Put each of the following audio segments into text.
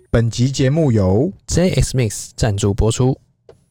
本集节目由 JX Mix 赞助播出。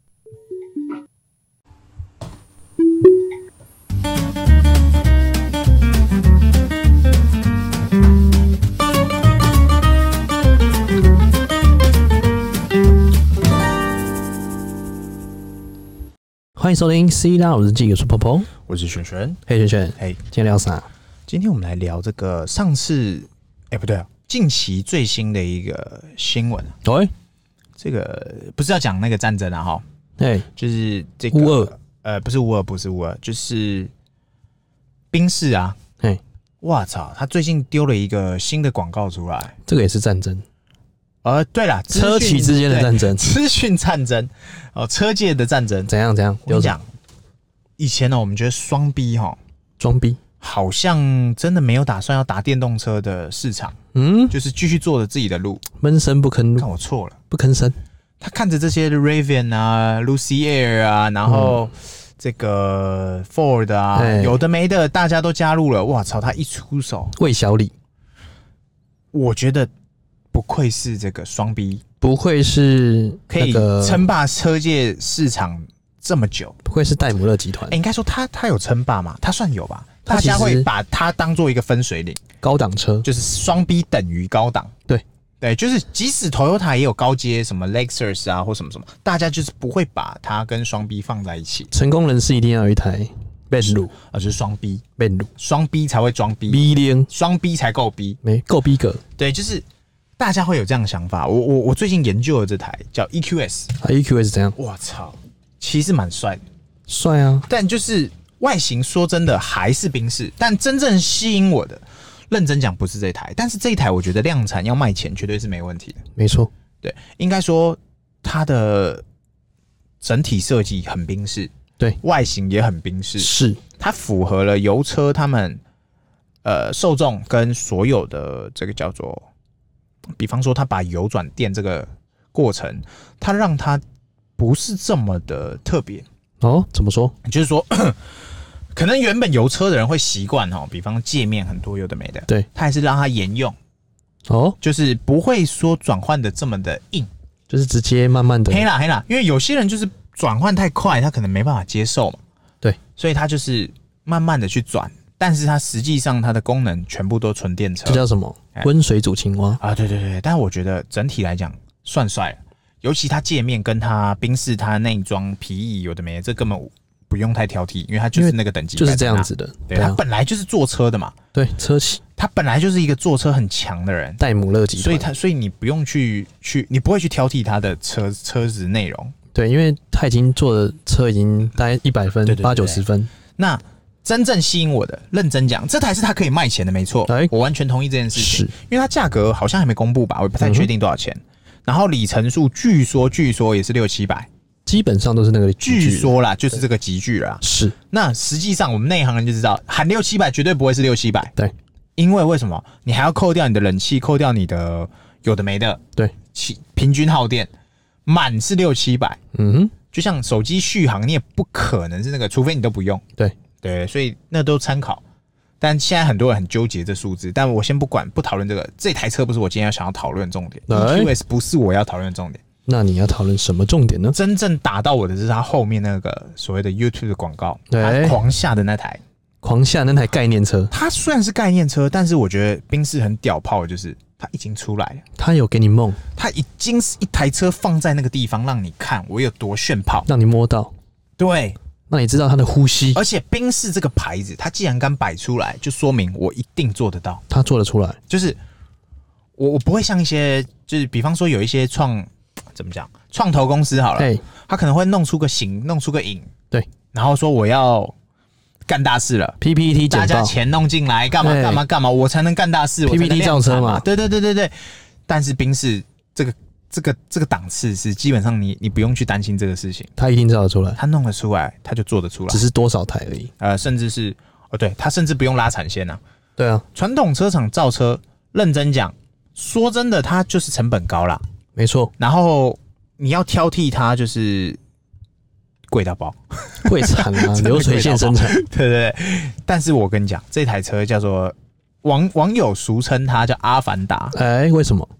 欢迎收听《C 大佬日记》，我是婆婆， 我是璇璇。 嘿，璇璇， 嘿， 今天聊啥？ 今天我们来聊这个上次，不对啊，近期最新的一个新闻。这个不是要讲那个战争啊，哈，就是这个乌俄， 不是乌俄，就是宾士啊，哇操，他最近丢了一个新的广告出来， 这个也是战争。 对啦， 车企之间的战争， 资讯战争，车界的战争， 怎样？ 我跟你讲，以前呢，我们觉得双 B 装逼， 好像真的没有打算要打电动车的市场，就是继续做着自己的路， 闷声不吭录。 看我错了， 不吭声。 他看着这些 Rivian 啊、Lucy Air 啊，然后这个 Ford 啊，有的没的，大家都加入了。哇操！他一出手， 魏小李， 我觉得不愧是这个双 B， 不愧是可以称霸车界市场这么久， 不愧是戴姆勒集团。 应该说他有称霸吗？他算有吧。大家会把它当做一个分水岭， 高档车就是双 B 等于高档。对，就是即使 Toyota 也有高阶什么 Lexus 啊或什么什么，大家就是不会把它跟双 B 放在一起。 成功人士一定要有一台 Bentley， 就是双 B， 双 B 才会装 B， 双 B 才够 B， 没够逼格。 对，就是大家会有这样的想法。我最近研究了这台叫 EQS，EQS 怎样？ 我操，其实蛮帅的， 帅啊！ 但就是外形说真的还是宾士，但真正吸引我的，认真讲不是这台，但是这一台我觉得量产要卖钱绝对是没问题的。 没错， 对，应该说它的整体设计很宾士， 对， 外形也很宾士， 是它符合了油车他们受众跟所有的这个叫做，比方说它把油转电这个过程，它让它不是这么的特别。 怎么说？ 就是说。可能原本油车的人会习惯比方界面很多有的没的， 对， 他还是让它沿用，就是不会说转换的这么的硬， 就是直接慢慢的黑啦，因为有些人就是转换太快，他可能没办法接受嘛， 对， 所以他就是慢慢的去转，但是它实际上它的功能全部都纯电车， 这叫什么？温水煮青蛙啊，对，但是我觉得整体来讲算帅了，尤其它界面跟它宾士它内装皮椅有的没的，这根本不用太挑剔，因为它就是那个等级， 就是这样子的。 对，他本来就是做车的嘛。 对，车企， 他本来就是一个做车很强的人， 戴姆勒集团，所以你不用你不会去挑剔他的车子内容。 对，因为他已经做的车已经大概100分，80-90分。 那真正吸引我的，认真讲，这台是他可以卖钱的，没错，我完全同意这件事情。因为它价格好像还没公布吧，我也不太确定多少钱。然后里程数据说也是600-700。 基本上都是那个据说啦，就是这个级距啦。 是， 那实际上我们内行人就知道，喊600-700绝对不会是600-700。 对， 因为什么？你还要扣掉你的冷气，扣掉你的有的没的。 对， 平均耗电满是600-700。就像手机续航，你也不可能是那个，除非你都不用。对，所以那都参考。但现在很多人很纠结这数字，但我先不管，不讨论这个。这台车不是我今天想要讨论的重点 ，EQS 不是我要讨论的重点。那你要讨论什么重点呢？ 真正打到我的是他后面那个所谓的 YouTube 的广告，他狂下的那台概念车。 它虽然是概念车，但是我觉得宾士很屌炮，就是它已经出来了， 它有给你梦， 它已经是一台车放在那个地方让你看我有多炫炮， 让你摸到， 对， 让你知道它的呼吸。 而且宾士这个牌子，它既然敢摆出来，就说明我一定做得到， 它做得出来。 就是我不会像一些，就是比方说有一些怎么讲？创投公司好了，他可能会弄出个形，弄出个影，对，然后说我要干大事了 ，PPT 大家钱弄进来，干嘛，我才能干大事 ，PPT 造车嘛， 对。但是宾士这个档次是基本上你不用去担心这个事情， 他一定造得出来， 他弄得出来，他就做得出来， 只是多少台而已， 甚至是对，他甚至不用拉产线啊， 对啊， 传统车厂造车，认真讲，说真的，它就是成本高啦。 没错， 然后你要挑剔它，就是贵到爆， 贵惨啊，流水线生产， 对。但是我跟你讲，这台车叫做网友俗称它叫阿凡达， 为什么？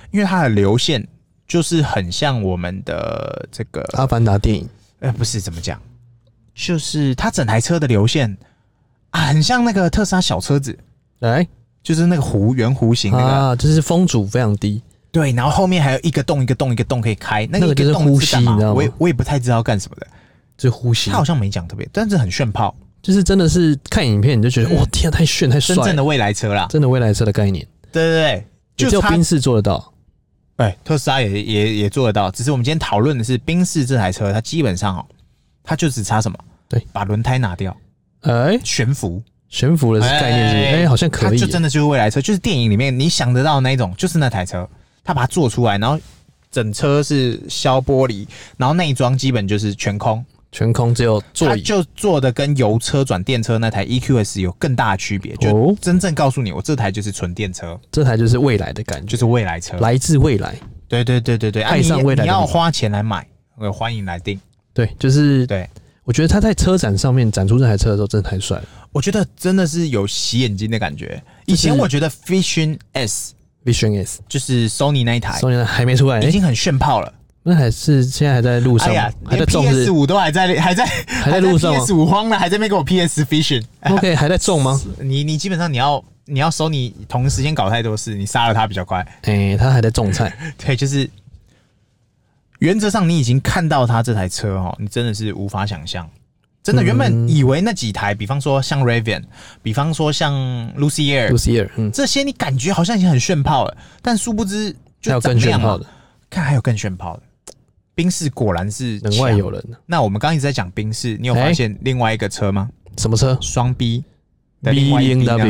因为它的流线就是很像我们的这个阿凡达电影， 不是怎么讲，就是它整台车的流线啊，很像那个特斯拉小车子，就是那个圆弧形那个啊，就是风阻非常低。 对，然后后面还有一个洞可以开，那个就是呼吸，你知道吗？ 我也不太知道干什么的， 就呼吸。 他好像没讲特别，但是很炫炮， 就是真的是看影片你就觉得哇天啊，太炫太帅了， 真正的未来车啦， 真的未来车的概念。 对， 就只有宾士做得到。 特斯拉也做得到，只是我们今天讨论的是宾士这台车，它基本上它就只差什么？ 对， 把轮胎拿掉，悬浮的概念是好像可以， 它就真的就是未来车，就是电影里面你想得到的那一种，就是那台车。他把它做出来，然后整车是削玻璃，然后内装基本就是全空， 只有座椅。 他就做的跟油车转电车那台 EQS 有更大的区别，就真正告诉你，我这台就是纯电车， 这台就是未来的感觉， 就是未来车， 来自未来。 对， 爱上未来的你要花钱来买，欢迎来订。 对，就是对， 我觉得他在车展上面展出这台车的时候，真的太帅了。 我觉得真的是有洗眼睛的感觉。以前我觉得 Vision S 就是 Sony 那一台还没出来， 已经很炫炮了。 那还是现在还在路上，还在种是 PS5 都还在路上 PS5 慌了，还在那边给我 PS Vision。OK， 还在种吗？ 你基本上你要Sony 同时间搞太多事，你杀了它比较快。 他还在种菜。 对，就是原则上你已经看到它这台车你真的是无法想象。真的，原本以为那几台，比方说像 Rivian， 比方说像 Lucier，这些你感觉好像已经很炫炮了，但殊不知就长这样嘛。看还有更炫炮的，宾士果然是人外有人。 那我们刚刚一直在讲宾士，你有发现另外一个车吗？ 什么车？ 双 B 的另外一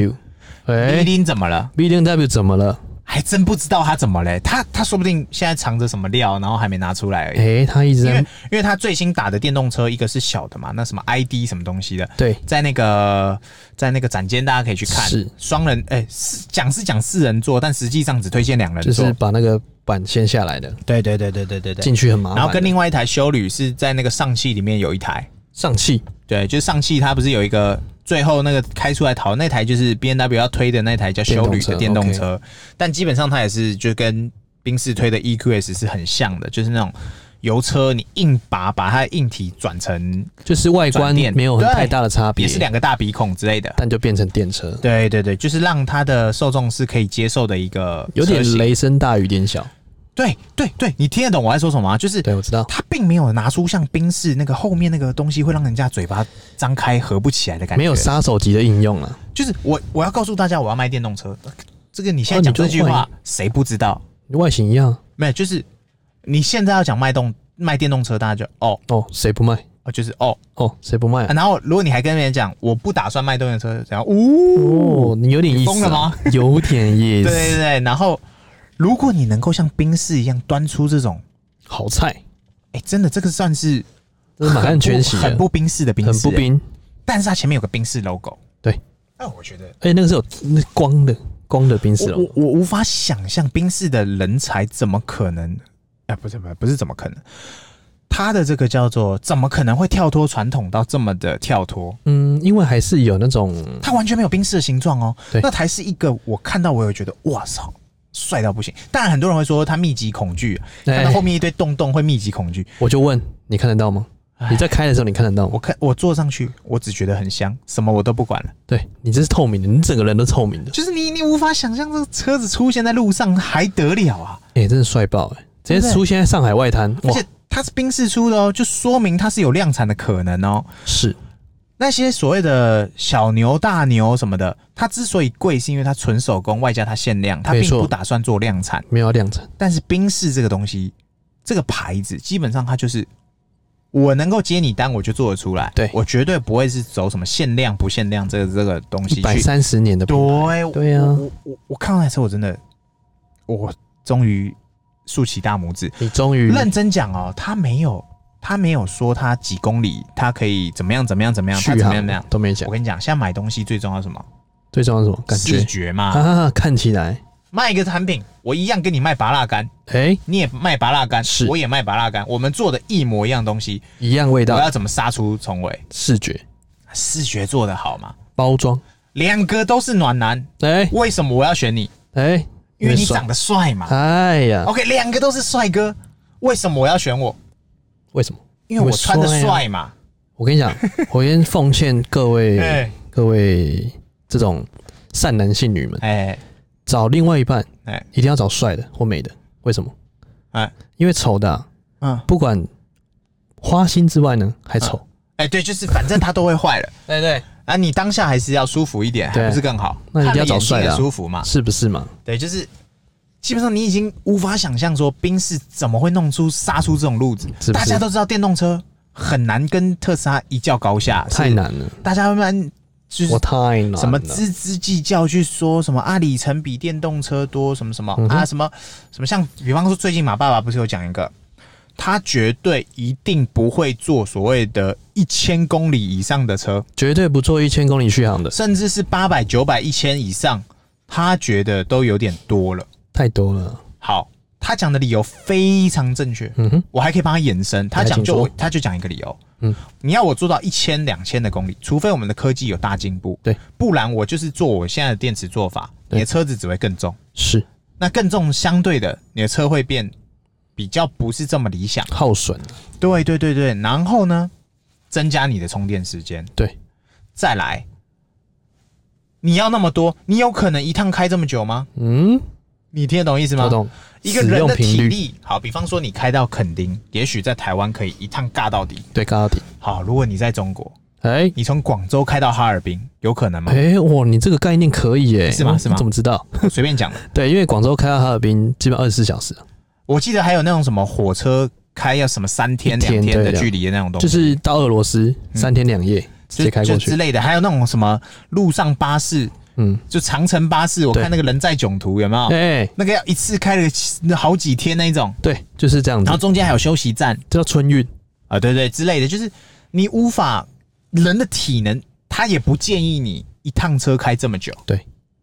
B0W。B0 怎么了 ？B0W 怎么了？ 还真不知道他怎么嘞，他说不定现在藏着什么料，然后还没拿出来而已。 他一直在， 因为他最新打的电动车，一个是小的嘛，那什么 ID 什么东西的， 对， 在那个展间大家可以去看， 是双人，讲4人座，但实际上只推荐2人座， 就是把那个板掀下来的， 对， 进去很麻烦。 然后跟另外一台休旅是在那个上汽里面有一台上汽， 对，就是上汽它不是有一个。最后那个开出来讨那台就是 B&W 要推的那台叫休旅的电动车，但基本上它也是就跟宾士推的 EQS 是很像的，就是那种油车你硬把它的硬体转成， 就是外观没有很太大的差别， 也是2个大鼻孔之类的， 但就变成电车。 对，就是让它的受众是可以接受的一个， 有点雷声大雨点小。 对，你听得懂我在说什么吗？就是对我知道， 他并没有拿出像宾士那个后面那个东西会让人家嘴巴张开合不起来的感觉， 没有杀手级的应用了。 就是我要告诉大家，我要卖电动车，这个你现在讲这句话，谁不知道？ 外形一样， 没有，就是你现在要讲卖电动车，大家就谁不卖？ 就是谁不卖？ 然后如果你还跟别人讲我不打算卖电动车，然后你有点意思， 疯了吗？ 有点意思， 对，然后。如果你能够像宾士一样端出这种好菜， 真的这个算是满汉全席， 很不宾士的宾士， 很不宾。 但是它前面有个宾士 logo， 对。 我觉得， 那个是有光的宾士 logo， 我无法想象宾士的人才怎么可能，不是怎么可能，他的这个叫做怎么可能会跳脱传统到这么的跳脱？ 因为还是有那种， 它完全没有宾士的形状哦， 对， 那台是一个我看到我有觉得哇操。帅到不行，当然很多人会说他密集恐惧，看到后面一堆洞会密集恐惧。 我就问你看得到吗？你在开的时候你看得到吗？ 我坐上去，我只觉得很香，什么我都不管了。 对，你这是透明的，你整个人都透明的， 就是你无法想象这个车子出现在路上还得了啊！ 真的帅爆直接出现在上海外滩， 而且它是宾士出的哦，就说明它是有量产的可能哦。 是。 那些所谓的小牛、大牛什么的，它之所以贵，是因为它纯手工，外加它限量，它并不打算做量产， 没有量产。 但是宾士这个东西，这个牌子，基本上它就是我能够接你单，我就做得出来。 对， 我绝对不会是走什么限量不限量这个东西去。 130年的品牌，对啊， 我看到那车，我真的，我终于竖起大拇指。 你终于认真讲哦，他没有说他几公里，他可以怎么样，他怎么样都没讲。 我跟你讲，现在买东西最重要什么？ 最重要什么？感觉视觉嘛。 看起来卖一个产品，我一样跟你卖拔蜡干，你也卖拔蜡干，我也卖拔蜡干，我们做的一模一样东西， 一样味道， 我要怎么杀出重围？视觉做得好嘛？ 包装， 两个都是暖男，为什么我要选你？ 因为你长得帅嘛。 哎呀 ，OK， 两个都是帅哥，为什么我要选我？ 为什么？ 因为我穿得帅嘛。 我跟你讲，我先奉劝各位各位这种善男信女们，找另外一半，一定要找帅的或美的。为什么？因为丑的，不管花心之外呢，还丑。 对，就是反正他都会坏了。对啊，你当下还是要舒服一点，还不是更好？ 那你一定要找帅的， 舒服嘛， 是不是嘛？ 对，就是基本上你已经无法想象说宾士怎么会杀出这种路子。是不是？大家都知道电动车很难跟特斯拉一较高下， 太难了。 大家慢慢就是我太难了， 什么锱锱计较去说什么里程比电动车多什么什么什么像比方说最近马爸爸不是有讲一个，他绝对一定不会做所谓的1000公里以上的车， 绝对不做1000公里续航的， 甚至是800、900、1000以上，他觉得都有点多了， 太多了。 好，他讲的理由非常正确，我还可以帮他延伸。他就讲一个理由，你要我做到1000、2000的公里，除非我们的科技有大进步，对，不然我就是做我现在的电池做法，你的车子只会更重，是，那更重相对的，你的车会变比较不是这么理想， 耗损。 对，然后呢，增加你的充电时间，对，再来，你要那么多，你有可能一趟开这么久吗？你听得懂意思吗？我懂。一个人的体力，好，比方说你开到垦丁，也许在台湾可以一趟尬到底，对，尬到底。好，如果你在中国，你从广州开到哈尔滨，有可能吗？ 哇，你这个概念可以耶， 是吗？ 你怎么知道？ 随便讲的。对， 因为广州开到哈尔滨基本24小时。 我记得还有那种什么火车开要什么3天2天的距离的那种东西，就是到俄罗斯3天2夜直接开过去之类的，还有那种什么陆上巴士。就长程巴士，我看那个人在囧途有没有？那个要一次开了好几天那一种。对，就是这样子。然后中间还有休息站， 叫春运啊，对之类的，就是你无法人的体能，他也不建议你一趟车开这么久。对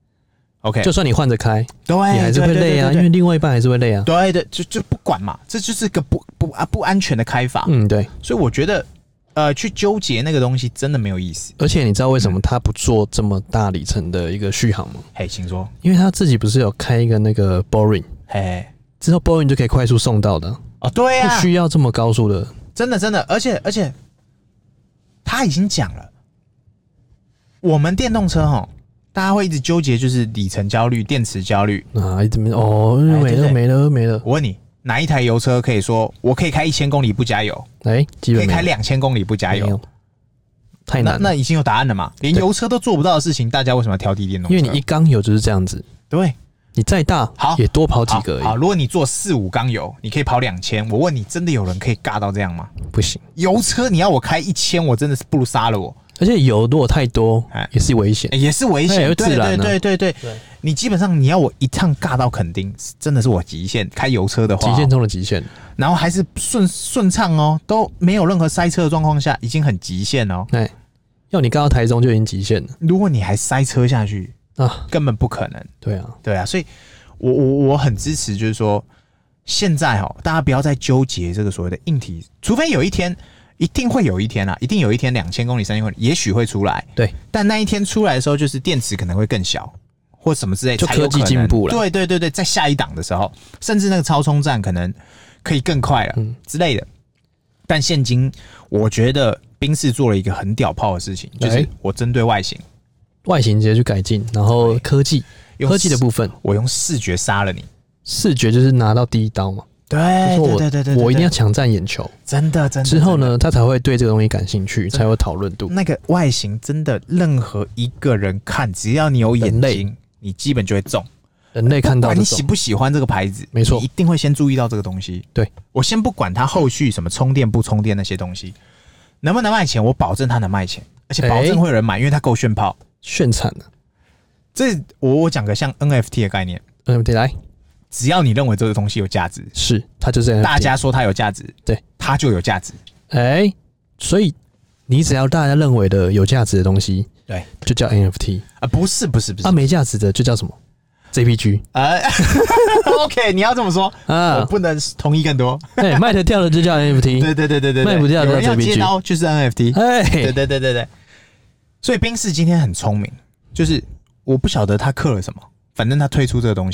，OK， 就算你换着开，对，你还是会累啊，因为另外一半还是会累啊。 对，就不管嘛，这就是个不安全的开法。对，所以我觉得。去纠结那个东西真的没有意思。 而且你知道为什么他不做这么大里程的一个续航吗？ 请说。 因为他自己不是有开一个那个 Boring， 之后 Boring 就可以快速送到的。对啊，不需要这么高速的。 真的，而且他已经讲了，我们电动车大家会一直纠结就是里程焦虑、电池焦虑一直没了。 我问你。哪一台油车可以说我可以开1000公里不加油？ 基本可以开2000公里不加油？ 太难了。 那已经有答案了嘛？连油车都做不到的事情，大家为什么要挑低电动车？ 因为你一缸油就是这样子。对，你再大也多跑几个而已。 好，如果你做4、5缸油，你可以跑2000。我问你，真的有人可以尬到这样吗？ 不行。 油车你要我开1000，我真的是不如杀了我。 而且油如果太多，也是危险， 也是危险。对，你基本上你要我一趟尬到垦丁，真的是我极限。开油车的话， 极限中的极限， 然后还是顺畅哦，都没有任何塞车的状况下，已经很极限哦。 要你尬到台中就已经极限了。 如果你还塞车下去根本不可能。对啊，所以我很支持，就是说现在大家不要再纠结这个所谓的硬体，除非有一天。一定会有一天一定有一天2000公里、3000公里，也许会出来。对，但那一天出来的时候，就是电池可能会更小，或什么之类， 就科技进步了。 对，在下一档的时候，甚至那个超充站可能可以更快了之类的。但现今，我觉得宾士做了一个很屌炮的事情，就是我针对外形直接去改进，然后科技的部分， 我用视觉杀了你。 视觉就是拿到第一刀嘛。对，我一定要抢占眼球，真的。之后呢，他才会对这个东西感兴趣，才有讨论度。 那个外形真的，任何一个人看，只要你有眼睛，你基本就会中。 人类看到， 不管你喜不喜欢这个牌子， 没错， 你一定会先注意到这个东西。对，我先不管它后续什么充电不充电那些东西，能不能卖钱，我保证它能卖钱，而且保证会有人买，因为它够炫炮、 炫惨了。 这我讲个像 NFT 的概念 ，NFT 来。 只要你认为这个东西有价值， 它就是 NFT。 大家说它有价值，对，它就有价值。 所以你只要大家认为的有价值的东西，对，就叫 NFT 啊，不是， 没价值的就叫什么 JPG。 OK， 你要这么说我不能同意更多。 卖得掉的就叫 NFT， 对，卖不掉的叫 JPG， 接刀就是 NFT。对。所以宾士今天很聪明，就是我不晓得他刻了什么，反正他推出这个东西。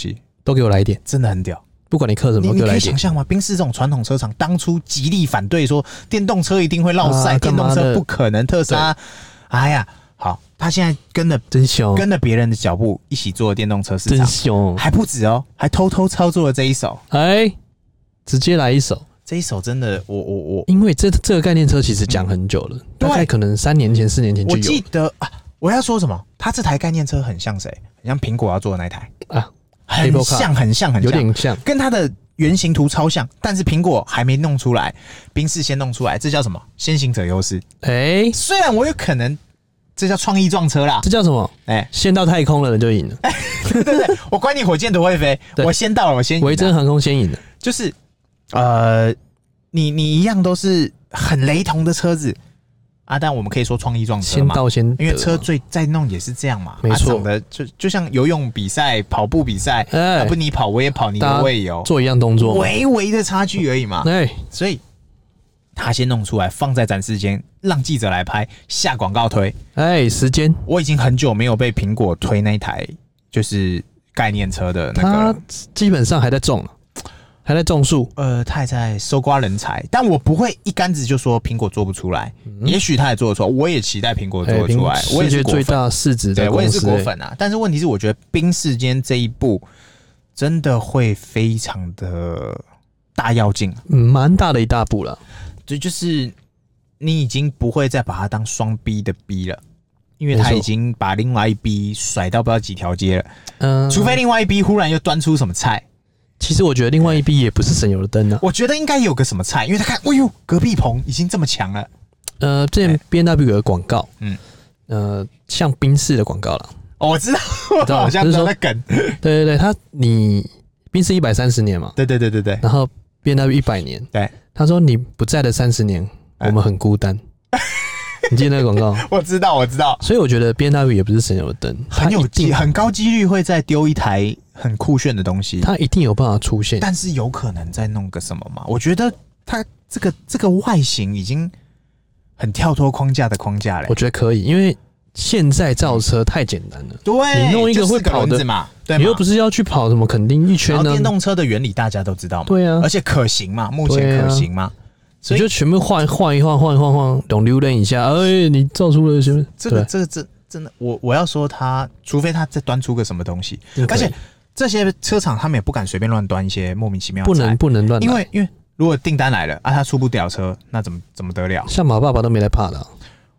都给我来一点， 真的很屌。 不管你克什么， 你可以想象吗？宾士这种传统车厂当初极力反对说电动车一定会落赛，电动车不可能，特斯拉，哎呀，好，他现在跟了别人的脚步一起做电动车市场，真凶， 还不止哦，还偷偷操作了这一手， 直接来一手。 这一手真的，我因为这个概念车其实讲很久了，大概可能3年前、4年前就有。 我记得啊，我要说什么？他这台概念车很像谁？很像苹果要做的那一台啊。很像， 有点像， 跟它的原型图超像，但是苹果还没弄出来，宾士先弄出来，这叫什么？先行者优势。虽然我有可能，这叫创意撞车啦。 这叫什么？先到太空了人就赢了。 对，我管你火箭多会飞，我先到了，我先赢了。 维珍航空先赢了， 就是你一样都是很雷同的车子。但我们可以说创意撞车嘛，因为车最再弄也是这样嘛， 没错， 就像游泳比赛、跑步比赛，不你跑我也跑，你游我也游， 做一样动作， 微微的差距而已嘛。所以他先弄出来，放在展示间，让记者来拍，下广告推。 时间我已经很久没有被苹果推那一台就是概念车的那个了， 他基本上还在种。还在种树， 他还在搜刮人才，但我不会一竿子就说苹果做不出来，也许他也做得出来，我也期待苹果做得出来，我也是最大市值的公司， 我也是果粉啊。但是问题是，我觉得宾士间这一步真的会非常的大跃进， 蛮大的一大步了。 对，就是你已经不会再把它当双 B 的 B 了，因为他已经把另外一 B 甩到不知道几条街了，除非另外一 B 忽然又端出什么菜。 其实我觉得另外一 B 也不是省油的灯啊， 我觉得应该有个什么菜，因为他看，哎呦，隔壁棚已经这么强了。 之前 BMW 有个广告，像宾士的广告啦。 我知道，我好像知道那梗。 对，你宾士130年嘛， 对， 然后 BMW 100年，对，他说你不在的30年，我们很孤单。你记得那个广告？ 我知道。 所以我觉得 BMW 也不是省油的灯， 很高几率会再丢一台很酷炫的东西， 它一定有办法出现， 但是有可能再弄个什么嘛？我觉得它这个外形已经很跳脱框架的框架了。 我觉得可以，因为现在造车太简单了。 对， 你弄一个会跑的嘛， 你又不是要去跑什么垦丁一圈呢？ 电动车的原理大家都知道嘛， 对啊， 而且可行嘛，目前可行嘛。 所以你就全部换一换，懂溜达一下，你造出了什么？ 这个真的，我要说他，除非他再端出个什么东西，而且这些车厂他们也不敢随便乱端一些莫名其妙的菜， 不能乱， 因为如果订单来了他出不了车，那怎么得了？ 像马爸爸都没来怕的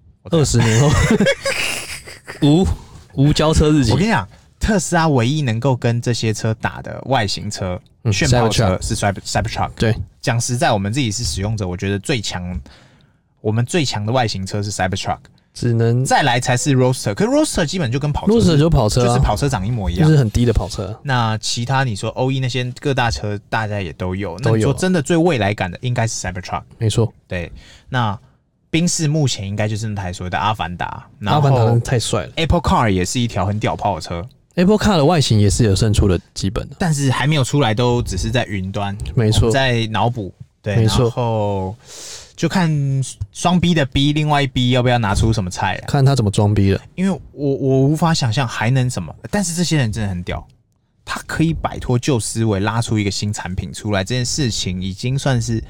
，20年后无交车日期。 我跟你讲，特斯拉唯一能够跟这些车打的外形车、炫跑车是 Cybertruck。对，讲实在，我们自己是使用者，我觉得我们最强的外形车是 Cybertruck， 只能再来才是 Roadster。可是 Roadster 基本就跟跑车 ，Roadster 就跑车， 就是跑车长一模一样， 就是很低的跑车。 那其他你说欧 E 那些各大车，大家也都有。那你说真的最未来感的，应该是 Cybertruck。 没错， 对。那宾士目前应该就是那台所谓的阿凡达， 阿凡达太帅了。 Apple Car 也是一条很屌炮的车。 Apple Car 的外形也是有胜出的基本的， 但是还没有出来，都只是在云端， 没错， 在脑补，对， 没错。 然后就看双 B 的 B， 另外一 B 要不要拿出什么菜啊？ 看他怎么装逼了。 因为我无法想象还能什么，但是这些人真的很屌，他可以摆脱旧思维，拉出一个新产品出来，这件事情已经算是，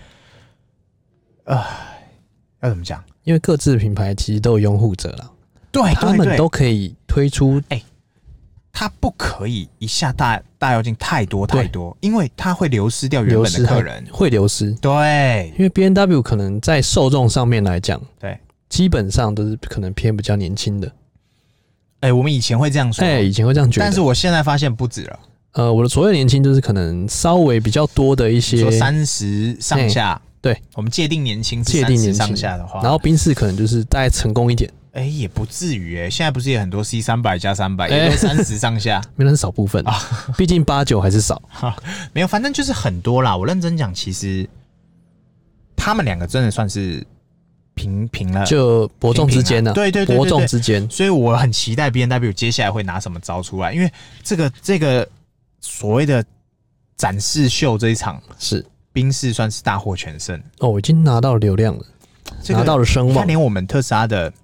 要怎么讲？ 因为各自的品牌其实都有拥护者啦， 对， 他们都可以推出， 他不可以一下大跃进太多，因为他会流失掉原本的客人， 会流失。 对， 因为 BMW 可能在受众上面来讲， 对， 基本上都是可能偏比较年轻的。 我们以前会这样说， 以前会这样觉得， 但是我现在发现不止了。 我的所谓年轻就是可能稍微比较多的一些， 说30上下， 对，我们界定年轻是30上下的话， 然后宾士可能就是大概成功一点。 也不至于现在不是也很多 C300 加300，也都30上下， 没有，很少部分毕竟89还是少。 没有，反正就是很多啦。我认真讲，其实他们两个真的算是平了， 就伯仲之间呢。 对， 伯仲之间。 所以我很期待 BMW 接下来会拿什么招出来，因为这个所谓的展示秀这一场是宾士算是大获全胜已经拿到了流量了，拿到了声望。 看连我们特斯拉的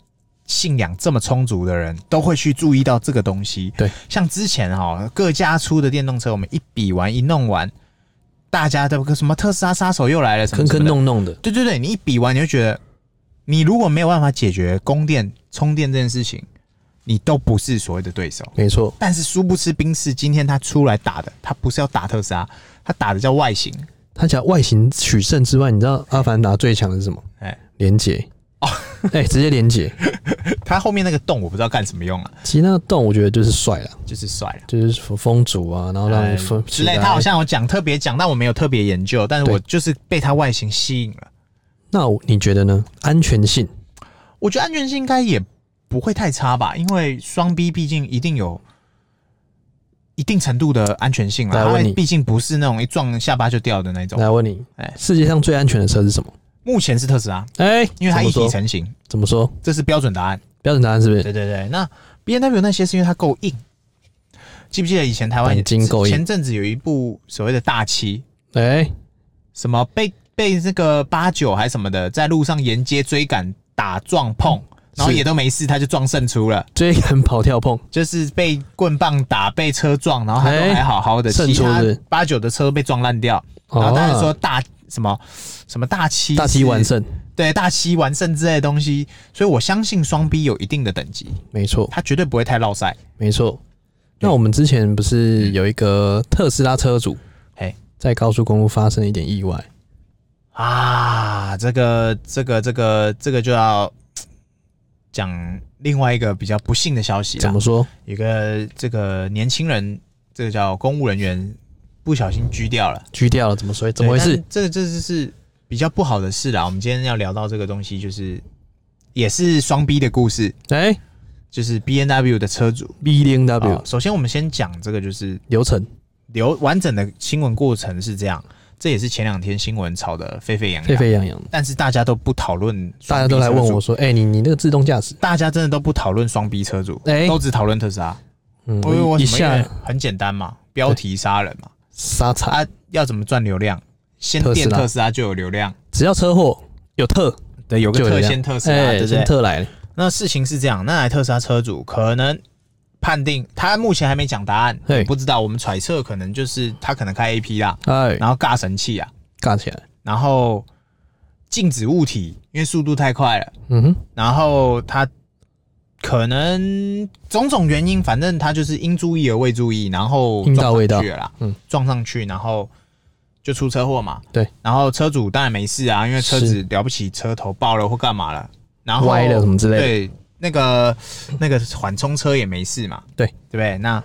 信仰这么充足的人，都会去注意到这个东西。 对， 像之前各家出的电动车，我们一比完一弄完，大家都什么特斯拉杀手又来了，什么坑坑弄弄的。 对对对，你一比完，你就觉得，你如果没有办法解决供电充电这件事情，你都不是所谓的对手。 没错。 但是殊不知，宾士今天他出来打的，他不是要打特斯拉，他打的叫外形。 他讲外形取胜之外，你知道阿凡达最强的是什么？连结。直接连结。 他后面那个洞我不知道干什么用啊。 其实那个洞我觉得就是帅了，就是风阻啊，然后让你分之类。他好像有特别讲，但我没有特别研究，但是我就是被他外形吸引了。 那你觉得呢？安全性？ 我觉得安全性应该也不会太差吧，因为双 B 毕竟一定有一定程度的安全性啦。它毕竟不是那种一撞下巴就掉的那种。 来问你，世界上最安全的车是什么？ 目前是特斯拉，因为它一体成型。 怎么说？ 这是标准答案。 标准答案是不是？ 对对对。那 BMW 那些是因为它够硬。记不记得以前台湾前阵子有一部所谓的大七，什么被这个89还什么的，在路上沿街追赶、打撞碰，然后也都没事，他就撞胜出了。 追赶跑跳碰， 就是被棍棒打、被车撞，然后他都还好好的，其他89的车被撞烂掉。然后大家说什么大七完胜， 对，大七完胜之类的东西，所以我相信双 B 有一定的等级， 没错， 他绝对不会太落赛， 没错。那我们之前不是有一个特斯拉车主，在高速公路发生了一点意外啊，这个就要讲另外一个比较不幸的消息啦。 怎么说？ 有个这个年轻人，这个叫公务人员，不小心狙掉了， 怎么说？怎么回事？ 这就是比较不好的事啦。我们今天要聊到这个东西，就是也是双 B 的故事，就是 BMW 的车主 BMW。 首先我们先讲这个就是流程， 完整的新闻过程是这样。这也是前2天新闻炒得沸沸扬扬，但是大家都不讨论， 大家都来问我说：“你那个自动驾驶？” 大家真的都不讨论双 B 车主，都只讨论特斯拉。我一下很简单嘛，标题杀人嘛， 杀惨。 要怎么赚流量？先电特斯拉就有流量， 只要车祸有特， 对，有个特先特斯拉，对不对？ 先特来了。 那事情是这样，那台特斯拉车主可能判定，他目前还没讲答案，不知道。我们揣测可能就是他可能开 AP 啦，然后尬神器啊， 尬起来， 然后静止物体，因为速度太快了，然后他可能种种原因，反正他就是应注意而未注意，然后撞上去了啦，撞上去，然后就出车祸嘛， 对， 然后车主当然没事啊，因为车子了不起，车头爆了或干嘛了，然后歪了什么之类的， 对。那个缓冲车也没事嘛，对不对？那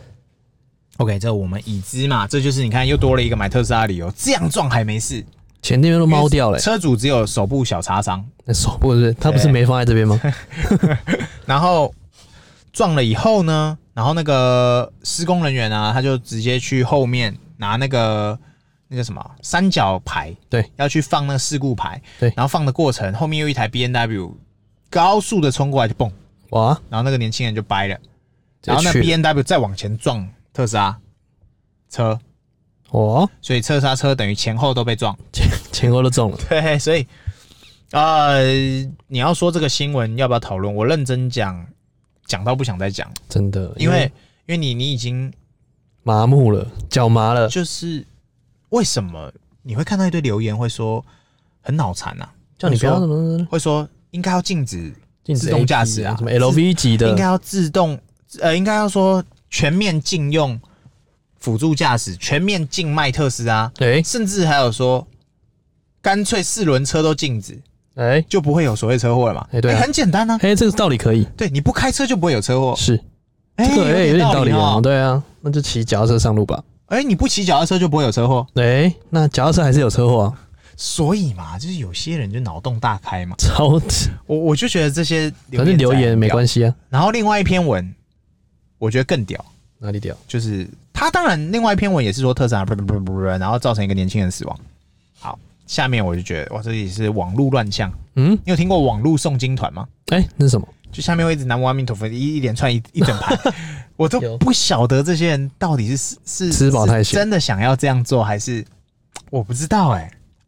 OK， 这我们已知嘛，这就是你看又多了一个买特斯拉的理由，这样撞还没事， 前那边都猫掉了， 车主只有手部小擦伤， 那手部是他不是没放在这边吗？ 然后撞了以后呢，然后那个施工人员啊，他就直接去后面拿那个什么三角牌， 对， 要去放那个事故牌， 对， 然后放的过程后面又一台 BMW 高速的冲过来就蹦。 哇！ 然后那个年轻人就掰了，然后那 BMW 再往前撞特斯拉车，所以特斯拉车等于前后都被撞， 前后都中了。 对，所以你要说这个新闻要不要讨论？我认真讲到不想再讲， 真的， 因为你已经麻木了，脚麻了。 就是为什么你会看到一堆留言会说很脑残啊？ 叫你不要什么， 会说应该要禁止自动驾驶啊， 什么 LV 级的， 应该要自动，应该要说全面禁用辅助驾驶，全面禁卖特斯拉， 对， 甚至还有说干脆4轮车都禁止，就不会有所谓车祸了嘛？ 对， 很简单啊， 这个道理可以， 对，你不开车就不会有车祸， 是，这个有点道理啊，对啊，那就骑脚踏车上路吧。 你不骑脚踏车就不会有车祸， 那脚踏车还是有车祸啊。 所以嘛，就是有些人就脑洞大开嘛， 超级， 我就觉得这些反正留言没关系啊。 然后另外一篇文，我觉得更屌， 哪里屌？ 就是他当然另外一篇文也是说特斯拉然后造成一个年轻人死亡。好，下面我就觉得哇，这也是网路乱象。你有听过网路诵经团吗？ 那是什么？ 就下面会一直南无阿弥陀佛一连串一整排，我都不晓得这些人到底是吃饱太闲， 真的想要这样做，还是我不知道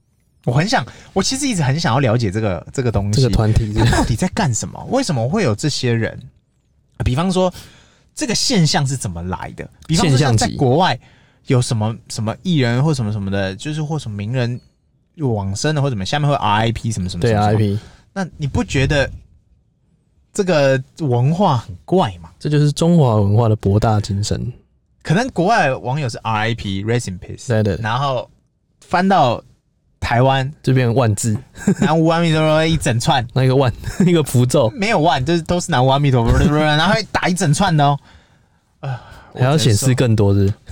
我其实一直很想要了解这个东西， 这个团体它到底在干什么？为什么会有这些人？比方说，这个现象是怎么来的？比方说，像在国外有什么艺人或什么什么的，就是或什么名人往生的或什么，下面会 RIP 什么什么， 对 RIP。 那你不觉得这个文化很怪吗？ 这就是中华文化的博大精深。 可能国外网友是 RIP Rest in Peace， 对， 然后翻到台湾这边万字， 南无阿弥陀佛一整串， 那个万一个符咒没有万，就是都是南无阿弥陀佛，然后会打一整串的哦， 还要显示更多是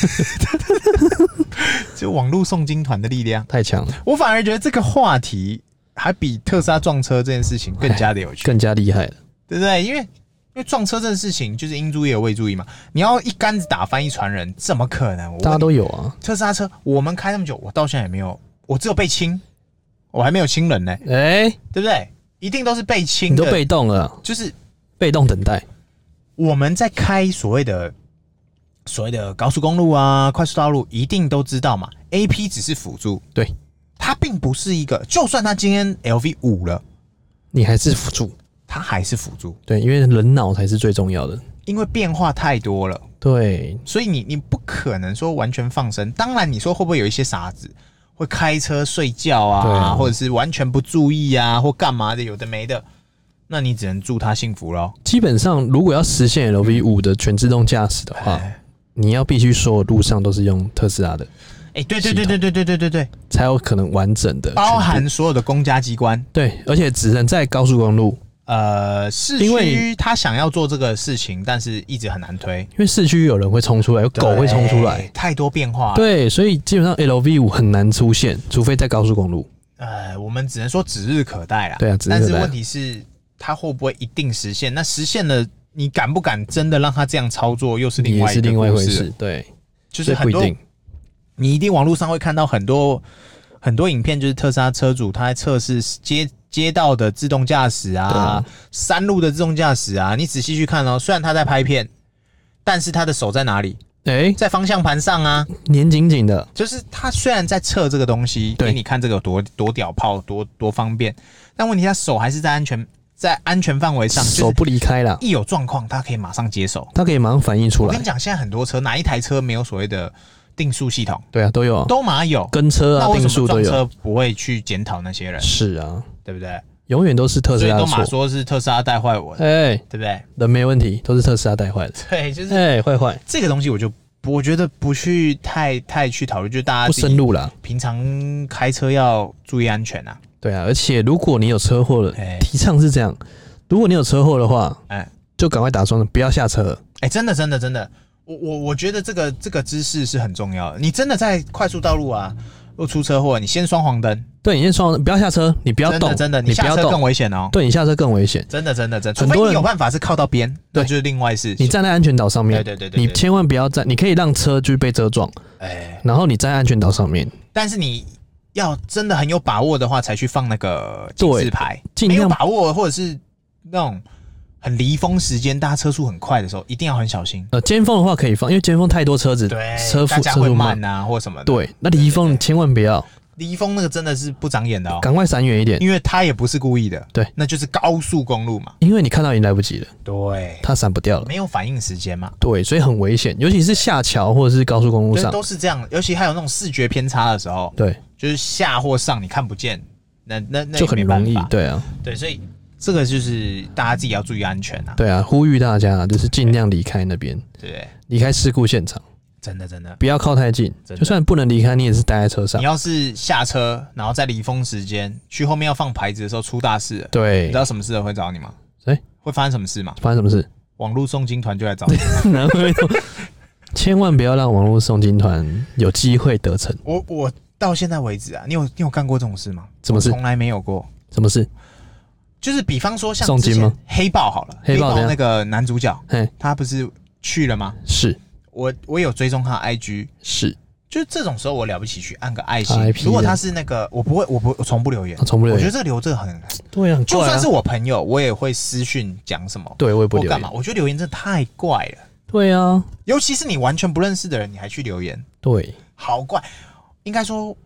就网络诵经团的力量太强了。 我反而觉得这个话题还比特斯拉撞车这件事情更加的有趣， 更加厉害了， 对不对？因为撞车这件事情就是应注意而未注意嘛，你要一竿子打翻一船人，怎么可能？ 大家都有啊。 特斯拉车我们开那么久，我到现在也没有，我只有被亲，我还没有亲人呢，对不对？一定都是被亲的， 你都被动了， 就是被动等待。 我们在开所谓的高速公路啊、快速道路，一定都知道嘛 ，AP 只是辅助， 对， 它并不是一个，就算它今天 LV5了， 你还是辅助， 它还是辅助， 对，因为人脑才是最重要的， 因为变化太多了， 对， 所以你不可能说完全放生。当然，你说会不会有一些傻子会开车睡觉啊，或者是完全不注意啊，或干嘛的，有的没的，那你只能祝他幸福咯。 基本上，如果要实现 LV5 的全自动驾驶的话，你要必须所有路上都是用特斯拉的。 对， 才有可能完整的， 包含所有的公家机关。 对，而且只能在高速公路。 市区他想要做这个事情，但是一直很难推， 因为市区有人会冲出来，有狗会冲出来， 太多变化了。 对，所以基本上 LV5 很难出现，除非在高速公路。 我们只能说指日可待啦。 对啊， 但是问题是，它会不会一定实现？那实现了，你敢不敢真的让他这样操作，又是另外一回事。 对， 就是很多，你一定网络上会看到很多影片，就是特斯拉车主他在测试街道的自动驾驶啊，山路的自动驾驶啊。你仔细去看哦，虽然他在拍片，但是他的手在哪里？在方向盘上啊， 黏紧紧的。 就是他虽然在测这个东西，给你看这个多屌炮，多方便，但问题他手还是在安全范围上， 手不离开啦。 一有状况，他可以马上接手， 他可以马上反应出来。 我跟你讲，现在很多车，哪一台车没有所谓的定速系统？ 对啊，都有， 都马有跟车啊，定速都有。 那为什么撞车不会去检讨那些人？ 是啊， 对不对？ 永远都是特斯拉的错， 所以都马说是特斯拉带坏我，对不对？ 人没问题，都是特斯拉带坏的。 对，就是坏这个东西，我觉得不去太去讨论，就是大家不深入啦。 平常开车要注意安全啊。 对啊，而且如果你有车祸了，提倡是这样：如果你有车祸的话，就赶快打双，不要下车。 真的，我觉得这个知识是很重要的。你真的在快速道路啊，若出车祸，你先双黄灯。对， 你先双黄灯，不要下车，你不要动， 真的，你下车更危险哦。 对，你下车更危险， 真的，除非你有办法是靠到边，那就是另外事情。 你站在安全岛上面，对，你千万不要站，你可以让车就是被车撞，然后你站在安全岛上面， 但是你要真的很有把握的话，才去放那个警示牌。 没有把握或者是那种很离峰时间，大家车速很快的时候，一定要很小心。 尖峰的话可以放，因为尖峰太多车子， 对， 车会慢啊，或什么的。 对，那离峰你千万不要。 离峰那个真的是不长眼的哦， 赶快闪远一点， 因为他也不是故意的， 对， 那就是高速公路嘛， 因为你看到已经来不及了， 对， 他闪不掉了， 没有反应时间嘛， 对，所以很危险，尤其是下桥或者是高速公路上， 都是这样，尤其还有那种视觉偏差的时候， 对， 就是下或上你看不见，那就很容易，对啊， 对，所以这个就是大家自己要注意安全啊， 对啊，呼吁大家就是尽量离开那边， 对， 离开事故现场。 真的不要靠太近，就算不能离开，你也是待在车上。 你要是下车，然后在离峰时间去后面要放牌子的时候出大事了， 对， 你知道什么事会找你吗？会发生什么事吗？ 发生什么事？ 网络诵经团就来找你。 千万不要让网络诵经团有机会得逞。 我到现在为止啊，你有干过这种事吗？ 什么事？ 从来没有过。 什么事？ 就是比方说像诵经吗？ 黑豹好了，黑豹那个男主角，他不是去了吗？ 是。 我有追踪他的 IG， 是， 就是这种时候我了不起去按个爱心。如果他是那个，我从不留言，我觉得这个很对啊， 就算是我朋友，我也会私讯讲什么， 对我也不留言干嘛？我觉得留言真的太怪了。 对啊， 尤其是你完全不认识的人，你还去留言， 对， 好怪。应该说，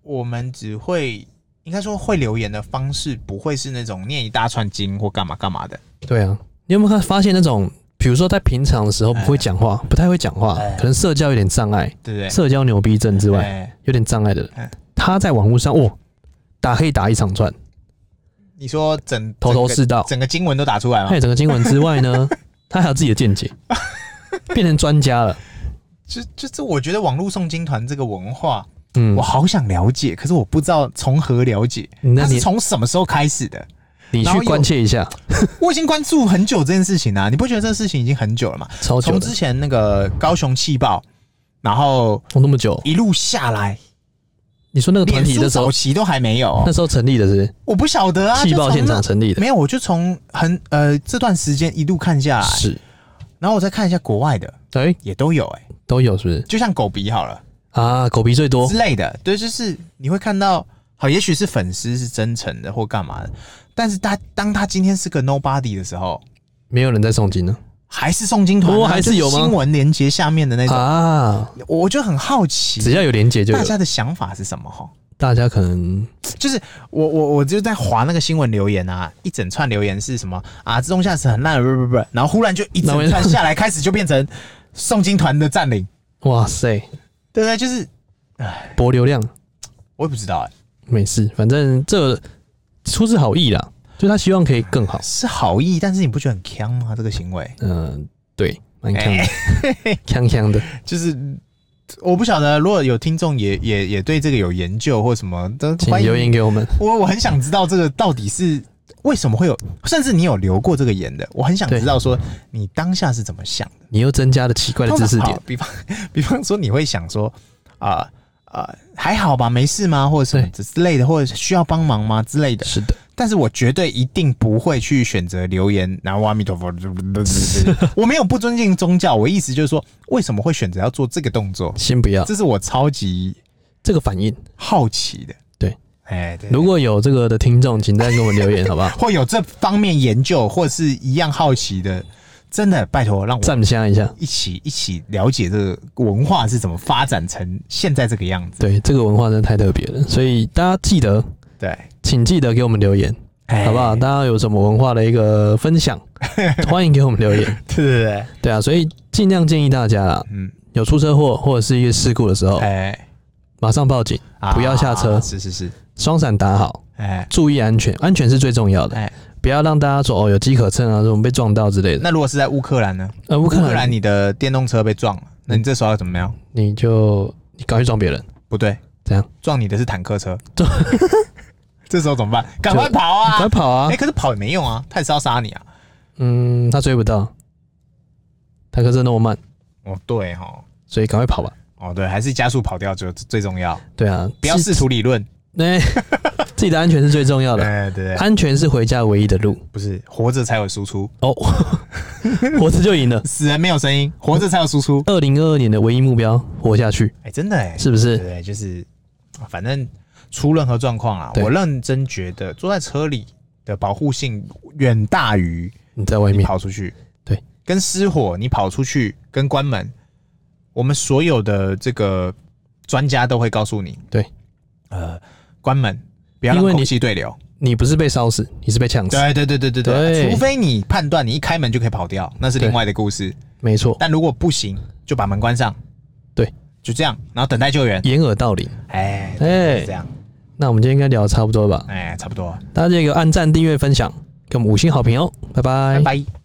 我们只会应该说会留言的方式不会是那种念一大串经或干嘛干嘛的。 对啊，你有没有发现那种，比如说在平常的时候不会讲话，不太会讲话，可能社交有点障碍， 对不对？ 社交牛逼症之外，有点障碍的人，他在网络上可以打一长串。 你说头头是道， 整个经文都打出来了。 整个经文之外呢，他还有自己的见解，变成专家了。 就是我觉得网络诵经团这个文化，我好想了解，可是我不知道从何了解。它是从什么时候开始的？ 你去关切一下。 我已经关注很久这件事情啊，你不觉得这个事情已经很久了吗？ 超久的。 从之前那个高雄气爆，然后那么久一路下来。 你说那个团体的时候， 早期都还没有， 那时候成立的是不是？ 我不晓得啊， 气爆现场成立的没有，我就从这段时间一路看下来， 是， 然后我再看一下国外的，也都有都有是不是？ 就像狗鼻好了啊，狗鼻最多之类的，对，就是你会看到，好，也许是粉丝是真诚的或干嘛的，但是当他今天是个 nobody 的时候， 没有人在诵经呢。 还是诵经团， 还是有吗？ 新闻连结下面的那种啊， 我就很好奇， 只要有连结就有。 大家的想法是什么？ 大家可能就是我就在滑那个新闻留言啊，一整串留言是什么啊？自动驾驶很烂，不，然后忽然就一整串下来，开始就变成诵经团的占领。 哇塞， 对不对？就是博流量， 我也不知道没事，反正这出自好意啦。就他希望可以更好， 是好意，但是你不觉得很呛吗？这个行为， 对，蛮呛的，呛呛的。 就是我不晓得，如果有听众也对这个有研究或什么的， 请留言给我们。 我很想知道这个到底是为什么会有，甚至你有留过这个言的，我很想知道说你当下是怎么想的。 你又增加了奇怪的知识点， 比方说你会想说还好吧，没事吗？或者什么之类的，或者需要帮忙吗之类的。 是的。 但是我绝对一定不会去选择留言，然后阿弥陀佛，我没有不尊敬宗教，我意思就是说，为什么会选择要做这个动作？ 先不要， 这是我超级这个反应好奇的。 对， 对， 如果有这个的听众，请再跟我们留言，好不好？ 或有这方面研究，或是一样好奇的，真的拜托让我赞香一下， 一起了解这个文化是怎么发展成现在这个样子。 对，这个文化真的太特别了，所以大家记得。 对， 请记得给我们留言，好不好？大家有什么文化的一个分享，欢迎给我们留言。对啊，所以尽量建议大家啦，有出车祸或者是一个事故的时候，马上报警，不要下车， 是， 双闪打好，注意安全，安全是最重要的，不要让大家说有机可乘啊，什么被撞到之类的。 那如果是在乌克兰呢？乌克兰你的电动车被撞了，那你这时候要怎么样？ 你赶快撞别人， 不对， 怎样？ 撞你的是坦克车。这时候怎么办？赶快跑啊！ 赶快跑啊！ 可是跑也没用啊，他也是要杀你啊。 他追不到，坦克车那么慢。 对所以赶快跑吧。 对，还是加速跑掉就最重要。 对啊， 不要试图理论。 自己的安全是最重要的。 对， 安全是回家唯一的路。 不是，活着才有输出。 活着就赢了。 死人没有声音，活着才有输出。 2022年的唯一目标，活下去。 真的是不是？ 对，就是反正。出任何状况我认真觉得坐在车里的保护性远大于你在外面跑出去。 对， 跟失火你跑出去跟关门，我们所有的这个专家都会告诉你， 对， 关门不要让空气对流。你不是被烧死，你是被呛死。 对，除非你判断你一开门就可以跑掉，那是另外的故事。没错，但如果不行，就把门关上。对，就这样，然后等待救援，掩耳盗铃。这样。那我们今天应该聊得差不多了吧？差不多。大家这个按赞、订阅、分享，给我们5星好评哦！拜拜，拜拜。